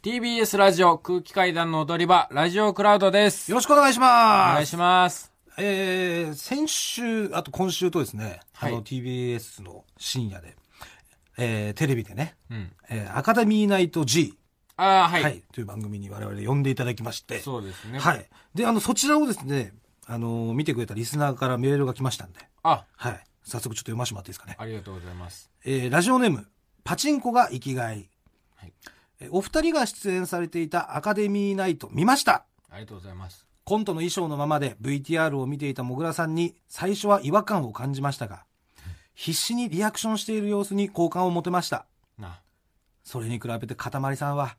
TBS ラジオ空気階段の踊り場、ラジオクラウドです。 よろしくお願いします。 お願いします。 先週、あと今週とですね、 はい、 TBS の深夜で、テレビでね、アカデミーナイト G、 はい、 はい、という番組に我々呼んでいただきまして、 そうですね。 はい。で、そちらをですね、見てくれたリスナーからメールが来ましたんで、はい。早速ちょっと読ませてもらっていいですかね。 ありがとうございます。 ラジオネーム、パチンコが生きがい。はい。お二人が出演されていたアカデミーナイト見ました。 ありがとうございます。 コントの衣装のままで VTR を見ていたもぐらさんに最初は違和感を感じましたが、必死にリアクションしている様子に好感を持てました。それに比べてかたまりさんは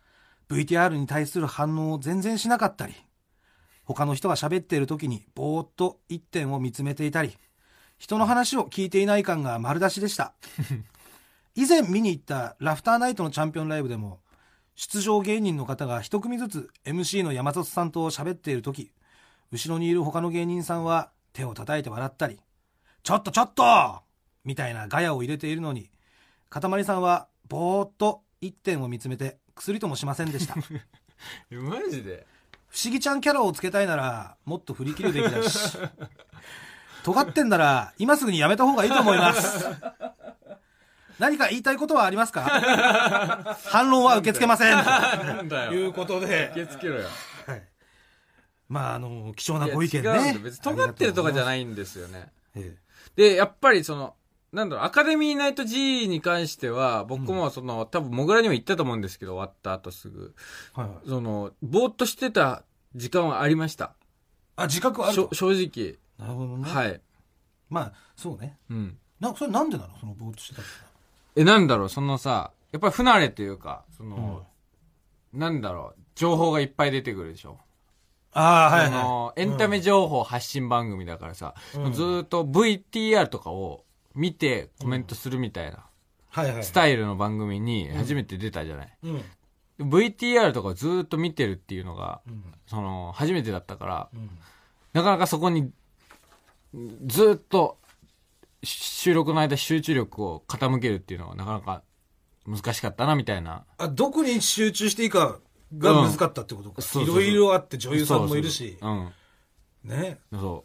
VTR に対する反応を全然しなかったり、他の人が喋っている時にぼーっと一点を見つめていたり、人の話を聞いていない感が丸出しでした。以前見に行ったラフターナイトのチャンピオンライブでも、出場芸人の方が一組ずつ MC の山里さんと喋っている時、後ろにいる他の芸人さんは手を叩いて笑ったり、ちょっとちょっとみたいなガヤを入れているのに、かたまりさんはぼーっと一点を見つめて薬ともしませんでした。 マジで不思議ちゃんキャラをつけたいならもっと振り切るべきだし、尖ってんなら今すぐにやめた方がいいと思います。何か言いたいことはありますか？反論は受け付けません。 なんだよ。 ということで。 受け付けろよ。 はい。まあ、貴重なご意見ね。 別に尖ってるとかじゃないんですよね。で、やっぱりアカデミーナイト G に関しては、僕も多分、モグラにも言ったと思うんですけど、終わった後すぐ。はいはい、ぼーっとしてた時間はありました。 あ、自覚はあると？ 正直。 なるほどね。 はい。 まあ、そうね。 うん。 それなんでなの？ぼーっとしてたって。 なんだろう、やっぱり不慣れというか、なんだろう、情報がいっぱい出てくるでしょ。 ああ、はいはい。 エンタメ情報発信番組だからさ、ずーっと VTR とかを見てコメントするみたいな、スタイルの番組に初めて出たじゃない。VTR とかをずーっと見てるっていうのが、初めてだったから、なかなかそこに、ずーっと、収録の間集中力を傾けるっていうのはなかなか難しかったなみたいな。 どこに集中していいかが難かったってことか。いろいろあって女優さんもいるし。ね。 そう。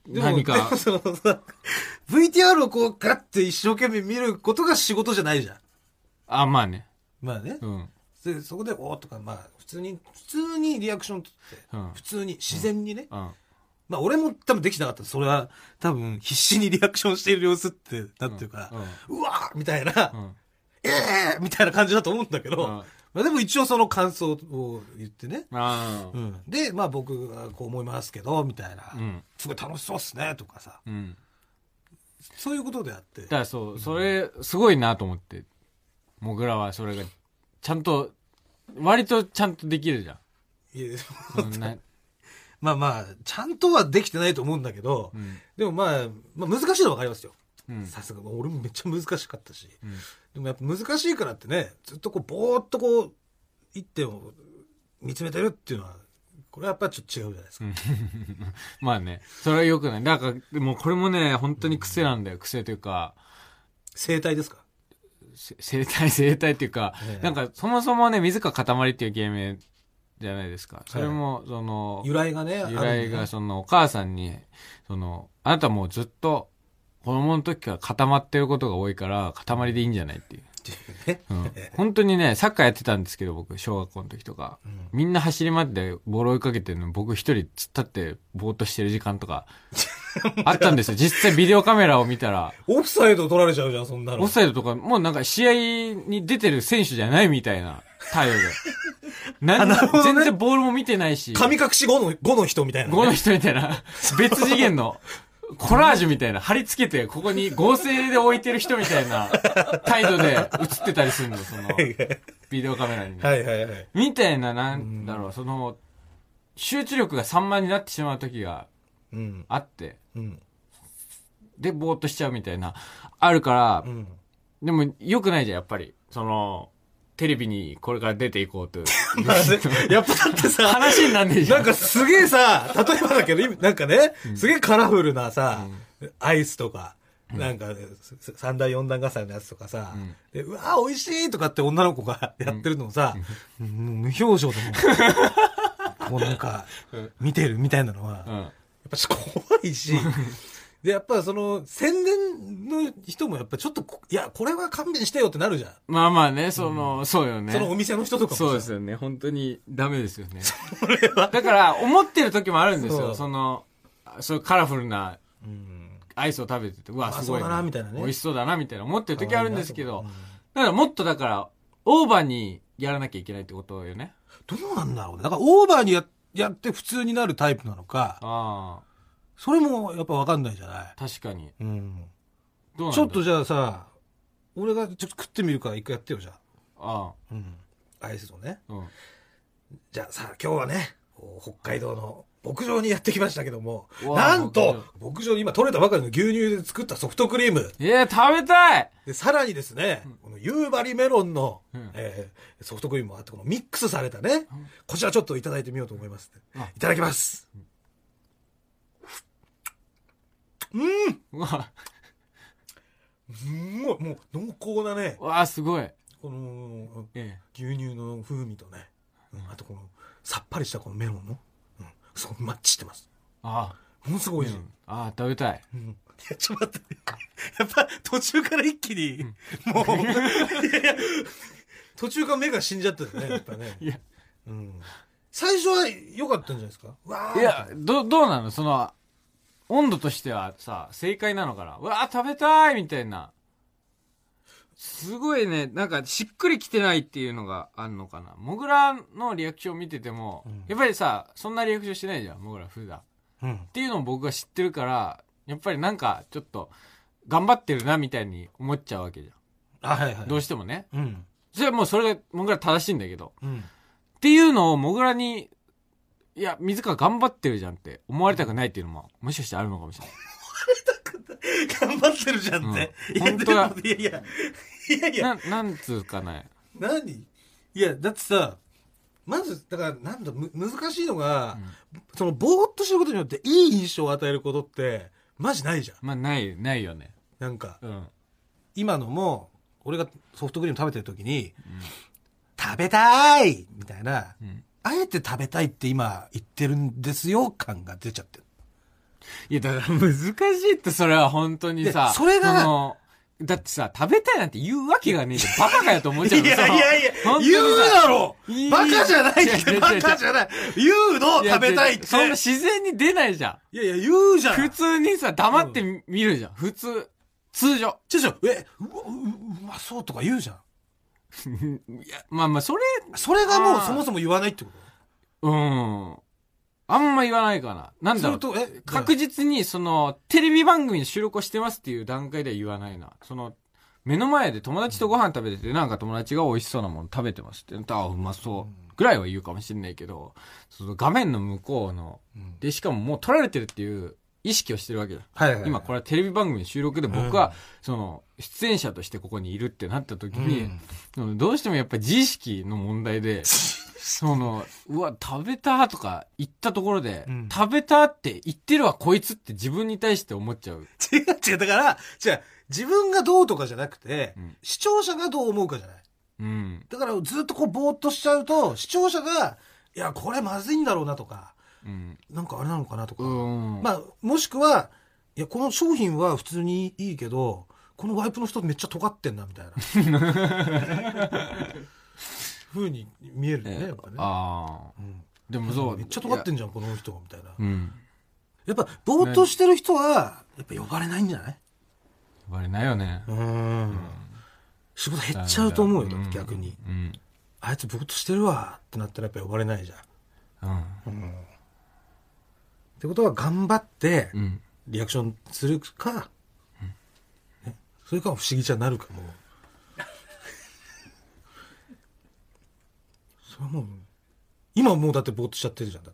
何か。VTR をガッて一生懸命見ることが仕事じゃないじゃん。 まあね。 まあね。でそこでおーとか、まあ普通にリアクション取って、普通に自然にね。まあ俺も多分できなかった。それは多分必死にリアクションしている様子ってなってるから、うわーみたいな、みたいな感じだと思うんだけど、まあでも一応その感想を言ってね。で、まあ僕がこう思いますけど、みたいな、すごい楽しそうっすね、とかさ。そういうことであって。 だからそう、それ、すごいなと思って。モグラはそれが、ちゃんと、割とちゃんとできるじゃん。 いや、まあまあ、ちゃんとはできてないと思うんだけど、でもまあ難しいのはわかりますよ。さすが、俺もめっちゃ難しかったし。でもやっぱ難しいからってね、ずっとぼーっと一点を見つめてるっていうのは、これはやっぱりちょっと違うじゃないですか。 まあね、それは良くない。だから、でもこれもね、本当に癖なんだよ。癖というか。 生態ですか？ 生態っていうか、なんかそもそもね、水川かたまりっていう芸名じゃないですか。それも、 由来がね、 由来がお母さんに、あなたもうずっと、子供の時から固まってることが多いから、塊でいいんじゃないっていう。本当にね、サッカーやってたんですけど、僕、小学校の時とか。みんな走り回ってボール追いかけてるのに、僕一人突っ立ってぼーっとしてる時間とか、あったんですよ。実際ビデオカメラを見たら。 オフサイド取られちゃうじゃん、そんなの。 オフサイドとか、もうなんか試合に出てる選手じゃないみたいな態度で。全然ボールも見てないし。 神隠し5の人みたいな、 5の人みたいな。別次元の。コラージュみたいな、貼り付けて、ここに合成で置いてる人みたいな態度で映ってたりするの、ビデオカメラにね。みたいな、なんだろう、集中力が散漫になってしまう時があって、で、ぼーっとしちゃうみたいな、あるから、でも良くないじゃん、やっぱり。テレビにこれから出ていこうと。 やっぱだってさ、 話になんねえじゃん。 なんかすげえさ、例えばだけど、なんかね、すげえカラフルなさ、アイスとか、 なんか、3段4段重ねのやつとかさ、でうわ美味しいとかって女の子がやってるのをさ、無表情でも、こうなんか、見てるみたいなのは、やっぱ怖いし、で、やっぱその、宣伝の人もやっぱちょっと、いや、これは勘弁してよってなるじゃん。 まあまあね、そうよね。 そのお店の人とかもそうですよね。本当にダメですよね。それは。だから、思ってる時もあるんですよ。そうカラフルな、アイスを食べてて、うわ、すごいな、みたいなね。美味しそうだな、みたいな思ってる時あるんですけど、だからもっとだから、オーバーにやらなきゃいけないってことよね。 どうなんだろうね。だからオーバーにやって普通になるタイプなのか、それもやっぱ分かんないじゃない。 確かに。 どうなんだ。ちょっとじゃあさ、俺がちょっと食ってみるから一回やってよ、じゃあ。アイスをね。じゃあさ、今日はね、北海道の牧場にやってきましたけども、なんと、牧場に今取れたばかりの牛乳で作ったソフトクリーム。 食べたいで、さらにですね、この夕張メロンの、ソフトクリームもあって、このミックスされたね、こちらちょっといただいてみようと思います。いただきます。うわ。もう濃厚なね。 わあ、すごい。 この、牛乳の風味とね、あとこの、さっぱりしたこのメロンの、すごくマッチしてます。ものすごい美味しい。 食べたい。 いや、ちょっと待って。やっぱ途中から一気に、もう、いや、途中から目が死んじゃったよね、やっぱね。いや、最初は良かったんじゃないですか。 いや、どうなの温度としてはさ、正解なのかな。うわー食べたいみたいな。すごいね、なんかしっくりきてないっていうのがあるのかな。モグラのリアクション見てても、やっぱりさ、そんなリアクションしてないじゃん、モグラ普段。っていうのを僕が知ってるから、やっぱりなんかちょっと、頑張ってるなみたいに思っちゃうわけじゃん。どうしてもね。それはもうそれがモグラ正しいんだけど。っていうのをモグラに、いや、自ら頑張ってるじゃんって思われたくないっていうのも、もしかしてあるのかもしれない。 頑張ってるじゃんって。 本当は。 いや。 なんつうかね。 何いや、だってさ、まず、だから、難しいのが、その、ぼーっとすることによっていい印象を与えることって、マジないじゃん。 まあ、ないよね。 なんか、今のも、俺がソフトクリーム食べてる時に、食べたいみたいな、あえて食べたいって今言ってるんですよ感が出ちゃってる。 いや、だから難しいって、それは本当にさ。 それが、 だってさ、食べたいなんて言うわけがねえじゃん。バカかよと思っちゃうの。 いや、言うだろバカじゃないってバカじゃない。言うの食べたいって。 そんな自然に出ないじゃん。いや、言うじゃん。 普通にさ、黙って見るじゃん。普通。通常。 うまそうとか言うじゃん。 いや、まあ、それがもうそもそも言わないってこと？ あんま言わないかな。なんだろう。確実に、テレビ番組の収録をしてますっていう段階では言わないな。目の前で友達とご飯食べてて、なんか友達が美味しそうなもの食べてますって言ったら、うまそうぐらいは言うかもしれないけど、画面の向こうの、で、しかももう撮られてるっていう意識をしてるわけだ。今これはテレビ番組の収録で僕は、出演者としてここにいるってなった時に、どうしてもやっぱり自意識の問題で、うわ、食べたとか言ったところで、食べたって言ってるわ、こいつって自分に対して思っちゃう。 違う、だから、自分がどうとかじゃなくて、視聴者がどう思うかじゃない。だからずっとこうぼーっとしちゃうと、視聴者が、いや、これまずいんだろうなとか、なんかあれなのかなとか、まあ、もしくは、いや、この商品は普通にいいけど、このワイプの人めっちゃ尖ってんな、みたいな。風に見えるね、やっぱね。 でもそう。 めっちゃ尖ってんじゃん、この人みたいな。やっぱ、ぼーっとしてる人は、やっぱ呼ばれないんじゃない？ 呼ばれないよね。 仕事減っちゃうと思うよ、だって逆に。あいつぼーっとしてるわってなったらやっぱ呼ばれないじゃん。ってことは頑張って、リアクションするか、それか不思議じゃなるかも。それはもう、今もうだってぼーっとしちゃってるじゃん、だって。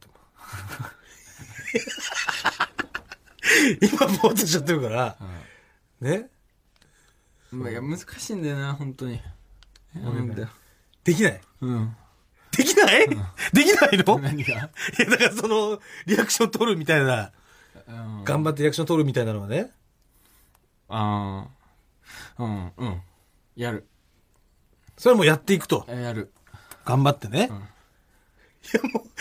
今ぼーっとしちゃってるから、ね。 いや、難しいんだよな、本当に。 できない？できない？できないの？ 何が？ いや、だからリアクション取るみたいな、頑張ってリアクション取るみたいなのはね。 ああ、うん、やる。 それもやっていくと。 やる。 頑張ってね。いやもう、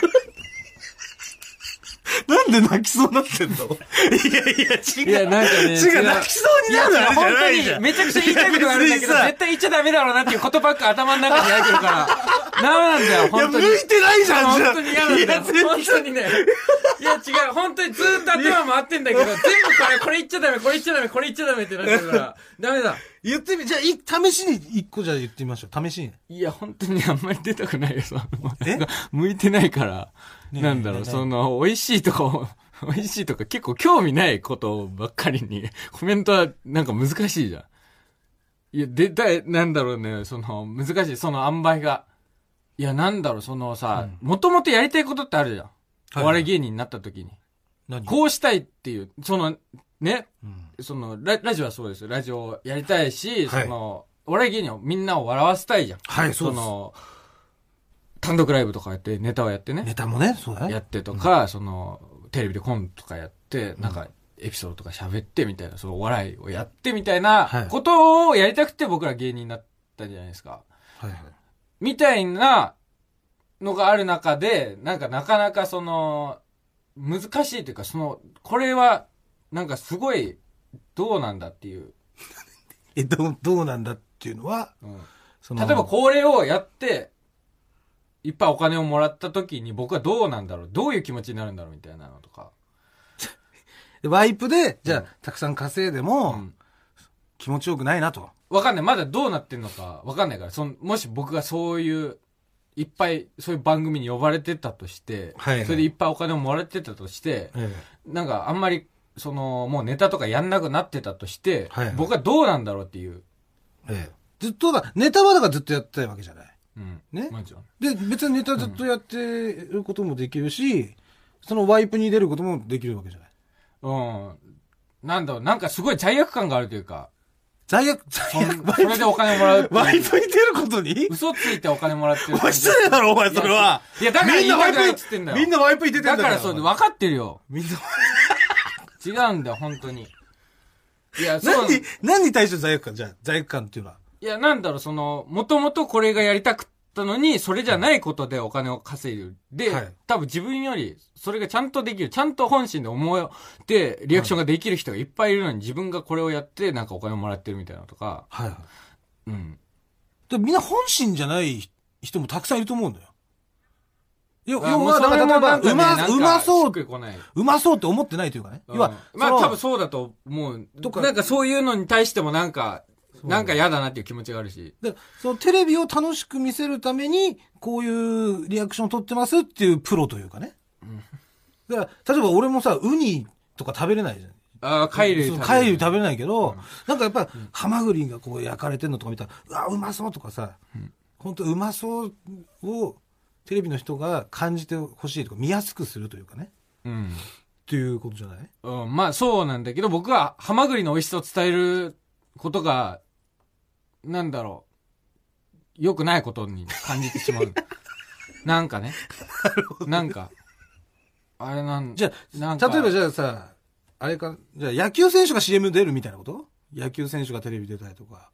なんで泣きそうになってんの？いやいや、違う。いや、なんかね。違う、泣きそうになるのあれじゃないじゃん。 めちゃくちゃ言いたいことがあるんだけど、絶対言っちゃダメだろうなっていうことばっか頭の中に入ってるから、ダメなんだよ、本当に。いや、向いてないじゃん、本当に嫌なんだよ。本当にね。いや、違う、本当にずーっと頭回ってんだけど、全部これ言っちゃダメ、これ言っちゃダメ、これ言っちゃダメってなってるから、ダメだ。言ってみ、じゃあ、試しに一個じゃあ言ってみましょう。試しに。いや、本当にあんまり出たくないよ、向いてないから。なんだろう、美味しいとか結構興味ないことばっかりに、コメントはなんか難しいじゃん。いや、なんだろうね、難しい、塩梅が。いや、なんだろう、さ、もともとやりたいことってあるじゃん。お笑い芸人になった時に。こうしたいっていう、ね、ラジオはそうですよ。ラジオやりたいし、お笑い芸人をみんなを笑わせたいじゃん。はい、そうです。単独ライブとかやって、ネタをやってね。ネタもね、そうだね。やってとか、テレビでコントとかやって、なんか、エピソードとか喋ってみたいな、お笑いをやってみたいなことをやりたくて僕ら芸人になったんじゃないですか。はいはい。みたいなのがある中で、なんかなかなか難しいというか、これは、なんかすごい、どうなんだっていう。どうなんだっていうのは、例えばこれをやって、いっぱいお金をもらった時に僕はどうなんだろう、どういう気持ちになるんだろうみたいなのとか。ワイプで、じゃあ、たくさん稼いでも、気持ちよくないなと。わかんない。まだどうなってんのかわかんないから、もし僕がそういう、いっぱいそういう番組に呼ばれてたとして、それでいっぱいお金をもらってたとして、なんかあんまり、もうネタとかやんなくなってたとして、僕はどうなんだろうっていう。ずっとネタはだからずっとやってたわけじゃない。ね。で、別にネタずっとやってることもできるし、ワイプに出ることもできるわけじゃない。なんだろう、なんかすごい罪悪感があるというか。それでお金もらう。ワイプに出ることに嘘ついてお金もらってる。お前失礼だろ、お前、それは。いや、だから言いたくないっつってんだよ。みんなワイプに出てんだから。だからそう、分かってるよ。みんな。違うんだよ、本当に。いや、何に対して罪悪感じゃあ、罪悪感っていうのは。いや、なんだろう、もともとこれがやりたくったのに、それじゃないことでお金を稼いでる。で、多分自分より、それがちゃんとできる、ちゃんと本心で思って、リアクションができる人がいっぱいいるのに、自分がこれをやって、なんかお金をもらってるみたいなのとか。はい。うん。で、みんな本心じゃない人もたくさんいると思うんだよ。要は、だから例えば、うまそうって思ってないというかね。要は、まあ多分そうだと思う。とか、なんかそういうのに対してもなんか嫌だなっていう気持ちがあるし。で、テレビを楽しく見せるために、こういうリアクションを取ってますっていうプロというかね。だから、例えば俺もさ、ウニとか食べれないじゃん。ああ、貝類食べれないけど、なんかやっぱ、ハマグリがこう焼かれてんのとか見たら、うわ、うまそうとかさ、本当うまそうを、テレビの人が感じてほしいとか、見やすくするというかね。っていうことじゃない？まあそうなんだけど、僕はハマグリの美味しさを伝えることが、なんだろう、良くないことに感じてしまう。なんかね。なんか、あれじゃあ、例えばじゃあさ、あれか、じゃあ野球選手が CM 出るみたいなこと？野球選手がテレビ出たりとか。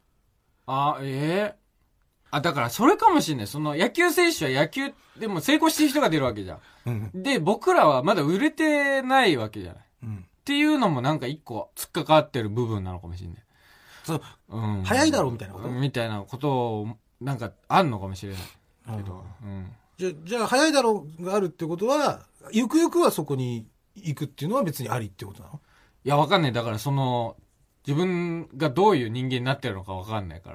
だからそれかもしれない。野球選手は野球でも成功してる人が出るわけじゃん。で、僕らはまだ売れてないわけじゃない。っていうのもなんか一個突っかかってる部分なのかもしれない。早いだろうみたいなことみたいなことを、なんかあんのかもしれないけど。じゃあ早いだろうがあるってことは、ゆくゆくはそこに行くっていうのは別にありってことなの？いや、わかんない。だから自分がどういう人間になってるのかわかんないから。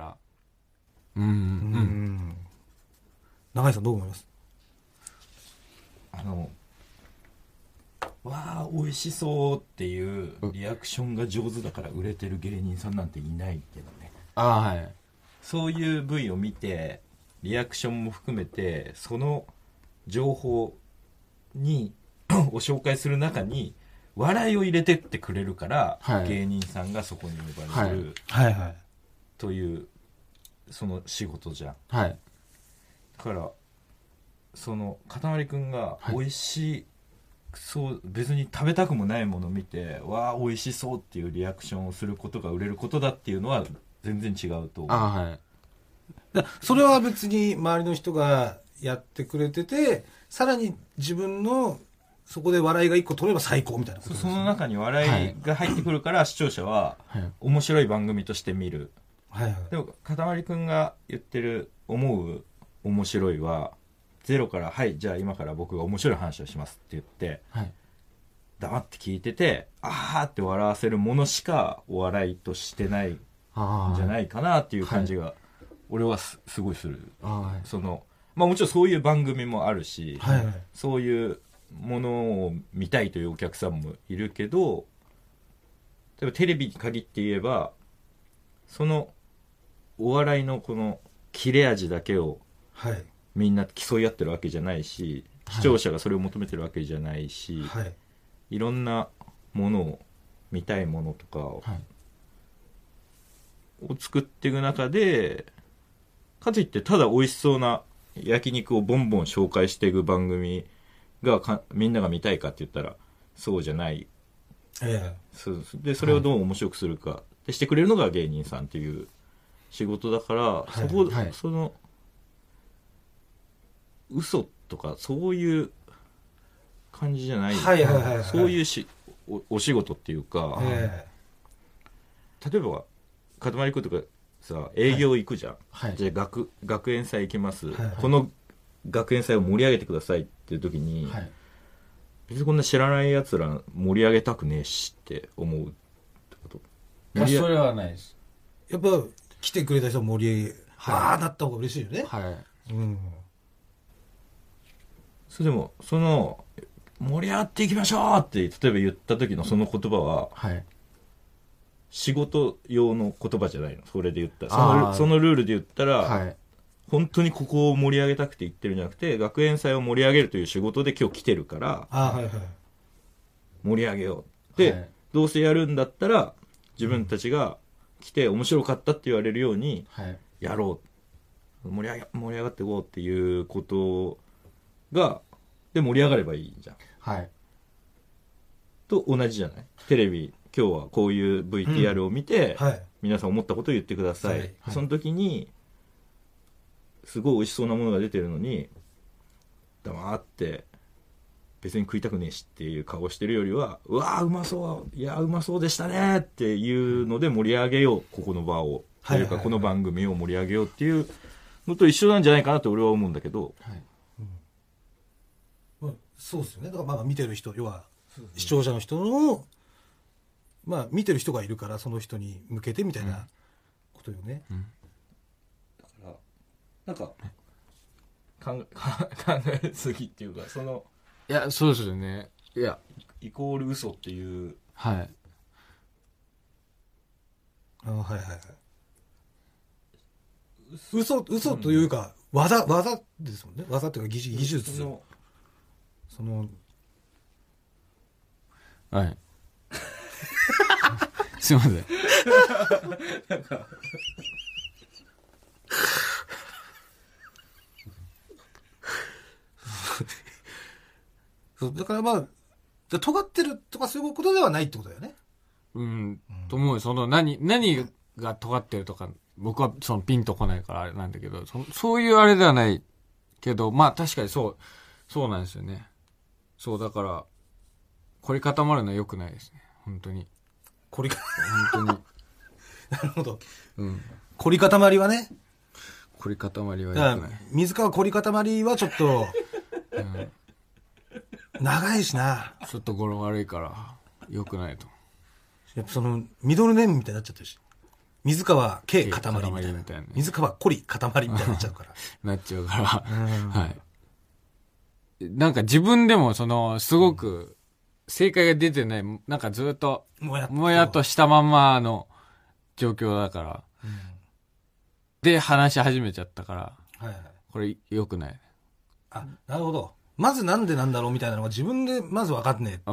永井さんどう思います？ わあ美味しそうっていうリアクションが上手だから売れてる芸人さんなんていないけどね。 はい。 そういう V を見てリアクションも含めてその情報にを紹介する中に笑いを入れてってくれるから、芸人さんがそこに呼ばれる、というその仕事じゃん。だからかたまりくんが美味しそう別に食べたくもないものを見てわあ美味しそうっていうリアクションをすることが売れることだっていうのは全然違うと思う。 はい。 それは別に周りの人がやってくれてて、さらに自分のそこで笑いが一個取れば最高みたいなことです、ね、 その中に笑いが入ってくるから、視聴者は面白い番組として見る。はいはい、でもかたまりくんが言ってる思う面白いはゼロからはいじゃあ今から僕が面白い話をしますって言って、はい、黙って聞いててあーって笑わせるものしかお笑いとしてないんじゃないかなっていう感じが俺はすごいする。そのまあもちろんそういう番組もあるし、はいはい、そういうものを見たいというお客さんもいるけど、例えばテレビに限って言えばそのお笑いのこの切れ味だけをみんな競い合ってるわけじゃないし、視聴者がそれを求めてるわけじゃないし、はい、いろんなものを見たいものとかを作っていく中で、かといってただ美味しそうな焼肉をボンボン紹介していく番組がみんなが見たいかって言ったらそうじゃない、でそれをどう面白くするかでしてくれるのが芸人さんっていう仕事だから、はい、その嘘とかそういう感じじゃない、そういうお仕事っていうか、例えばかたまりくんとかさ営業行くじゃん、はい、じゃあ学園祭行きます、はいはい、この学園祭を盛り上げてくださいっていう時に、はい、別にこんな知らないやつら盛り上げたくねえしって思うってこと？ それはないです。 やっぱ来てくれた人盛り上げ、なった方が嬉しいよね。はい。うん。 それでもその盛り上がっていきましょうって例えば言った時のその言葉は、はい、仕事用の言葉じゃないの。それで言ったらそのルールで言ったら、はい、本当にここを盛り上げたくて言ってるんじゃなくて、学園祭を盛り上げるという仕事で今日来てるから、はいはい、盛り上げようで、はい、どうせやるんだったら自分たちが来て面白かったって言われるようにやろう、盛り上がっていこうっていうことがで盛り上がればいいじゃん、はい、と同じじゃない。テレビ今日はこういう VTR を見て、はい、皆さん思ったことを言ってください、はい、その時にすごい美味しそうなものが出てるのに黙って別に食いたくねえしっていう顔してるよりは、うわーうまそう、いやうまそうでしたねっていうので盛り上げよう、ここの場を、というかこの番組を盛り上げようっていうのと一緒なんじゃないかなと俺は思うんだけど、はいうん、そうですよね。だからまあ見てる人、要は視聴者の人のまあ見てる人がいるからその人に向けてみたいなことよね、うんうん、 だからなんか考えすぎっていうか、そのいやそうですよね。いやイコール嘘っていう、 はいはいはいはい、嘘というか、うん、技ですもんね。技っていうか技術、そのはいすいませんなんかそうだからまあ尖ってるとかそういうことではないってことだよね。 うん、と思う。その何が尖ってるとか僕はそのピンとこないからあれなんだけど、そういうあれではないけど、まあ確かにそうなんですよね。そうだから凝り固まるのは良くないですね。本当に本当になるほど、 うん、 凝り固まりはね、 凝り固まりは良くない。 水川凝り固まりはちょっと、うん、長いしな、 ちょっと語呂悪いから良くないと。 やっぱそのミドルネームみたいになっちゃってるし、水川 K 塊みたいな、ね、水川凝り塊みたいになっちゃうからなっちゃうからはい。なんか自分でもすごく正解が出てない、なんかずっともやっとしたままの状況だから、うん、で話し始めちゃったから、はいはい、これ良くない。 あ、なるほど。まずなんでなんだろうみたいなのが自分でまず分かってねえ、うん、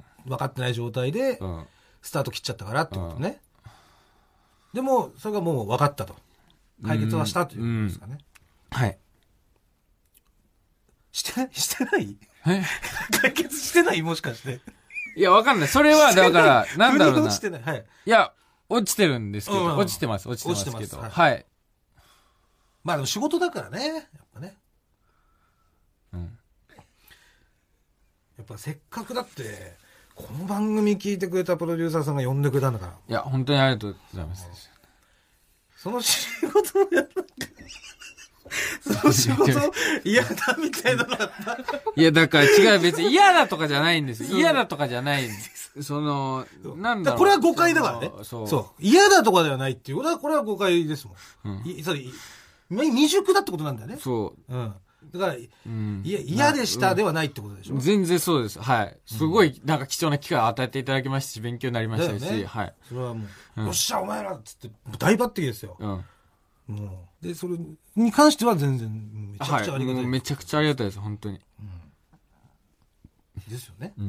分かってない状態でスタート切っちゃったからってことね、うん、でもそれがもう分かったと、解決はしたということですかね、 うん、はい。 してない解決してないもしかして。 いや、わかんない。それは、だから、なんだろうな。 落ちてない。はい。 いや、落ちてるんですけど、落ちてますけど。はい。 まあでも仕事だからね。やっぱね。うん。やっぱせっかくだって、この番組聞いてくれたプロデューサーさんが呼んでくれたんだから。 いや、本当にありがとうございます。 その仕事もやらなくて。その仕事嫌だみたいなのあった。 いや、だから違う、別に嫌だとかじゃないんですよ。嫌だとかじゃないんです。なんだろう。 これは誤解だからね。そう。嫌だとかではないっていうことは、これは誤解ですもん。未熟だってことなんだよね。 そう。 うん。だから、嫌でしたではないってことでしょ。 全然そうです。はい。すごい、なんか貴重な機会を与えていただきましたし、勉強になりましたし、はい。 それはもう、よっしゃ、お前らっつって、大抜擢ですよ。で、それに関しては全然、めちゃくちゃありがたい。 めちゃくちゃありがたいです、本当に。 ですよね。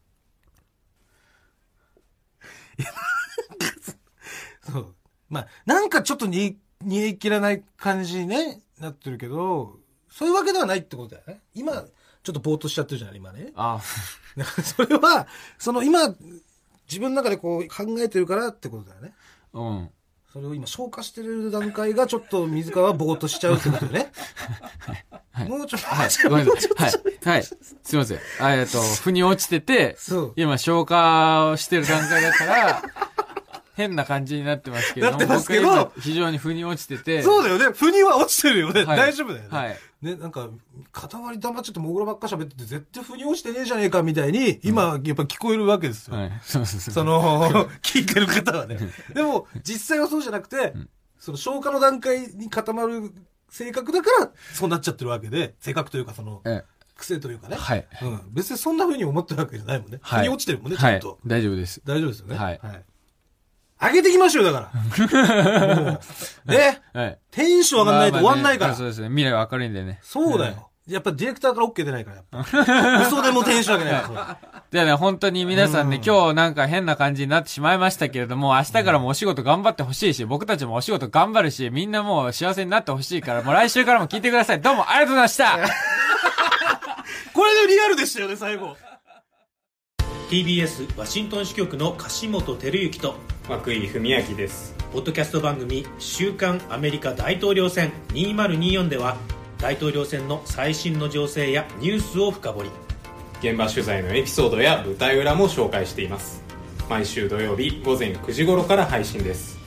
そう。まあ、なんかちょっと煮え切らない感じにね、なってるけど、そういうわけではないってことだよね。今、ちょっとぼーっとしちゃってるじゃない、今ね。ああ。それは、今、自分の中でこう考えてるからってことだよね。うん。それを今消化してる段階がちょっと水川はぼーっとしちゃうってことよね。はい。もうちょっと、はい。ごめんなさい。はい。すいません。腑に落ちてて、今消化をしてる段階だから、変な感じになってますけど、僕は非常に腑に落ちてて。 そうだよね。腑には落ちてるよね。大丈夫だよね。はい。ね、なんか、塊黙っちゃってモグラばっか喋ってて、絶対腑に落ちてねえじゃねえかみたいに、今、やっぱ聞こえるわけですよ。はい。そう。聞いてる方はね。でも、実際はそうじゃなくて、消化の段階に固まる性格だから、そうなっちゃってるわけで、性格というか癖というかね。はい。別にそんな風に思ってるわけじゃないもんね。腑に落ちてるもんね、ちゃんと。 大丈夫です。 大丈夫ですよね。はい。上げていきましょうよ、だから。ね。はい。テンション上がんないと終わんないから。 そうですね。未来は明るいんでね。 そうだよ。やっぱディレクターから OK 出ないから、やっぱ。嘘でもテンション上げないから。 でね、本当に皆さんね、今日なんか変な感じになってしまいましたけれども、明日からもお仕事頑張ってほしいし、僕たちもお仕事頑張るし、みんなもう幸せになってほしいから、もう来週からも聞いてください。どうもありがとうございました。 これでリアルでしたよね、最後。 TBS ワシントン支局の樫本照之と涌井文明です。 ポッドキャスト番組週刊アメリカ大統領選2024では大統領選の最新の情勢やニュースを深掘り、 現場取材のエピソードや舞台裏も紹介しています。毎週土曜日午前9時頃から配信です。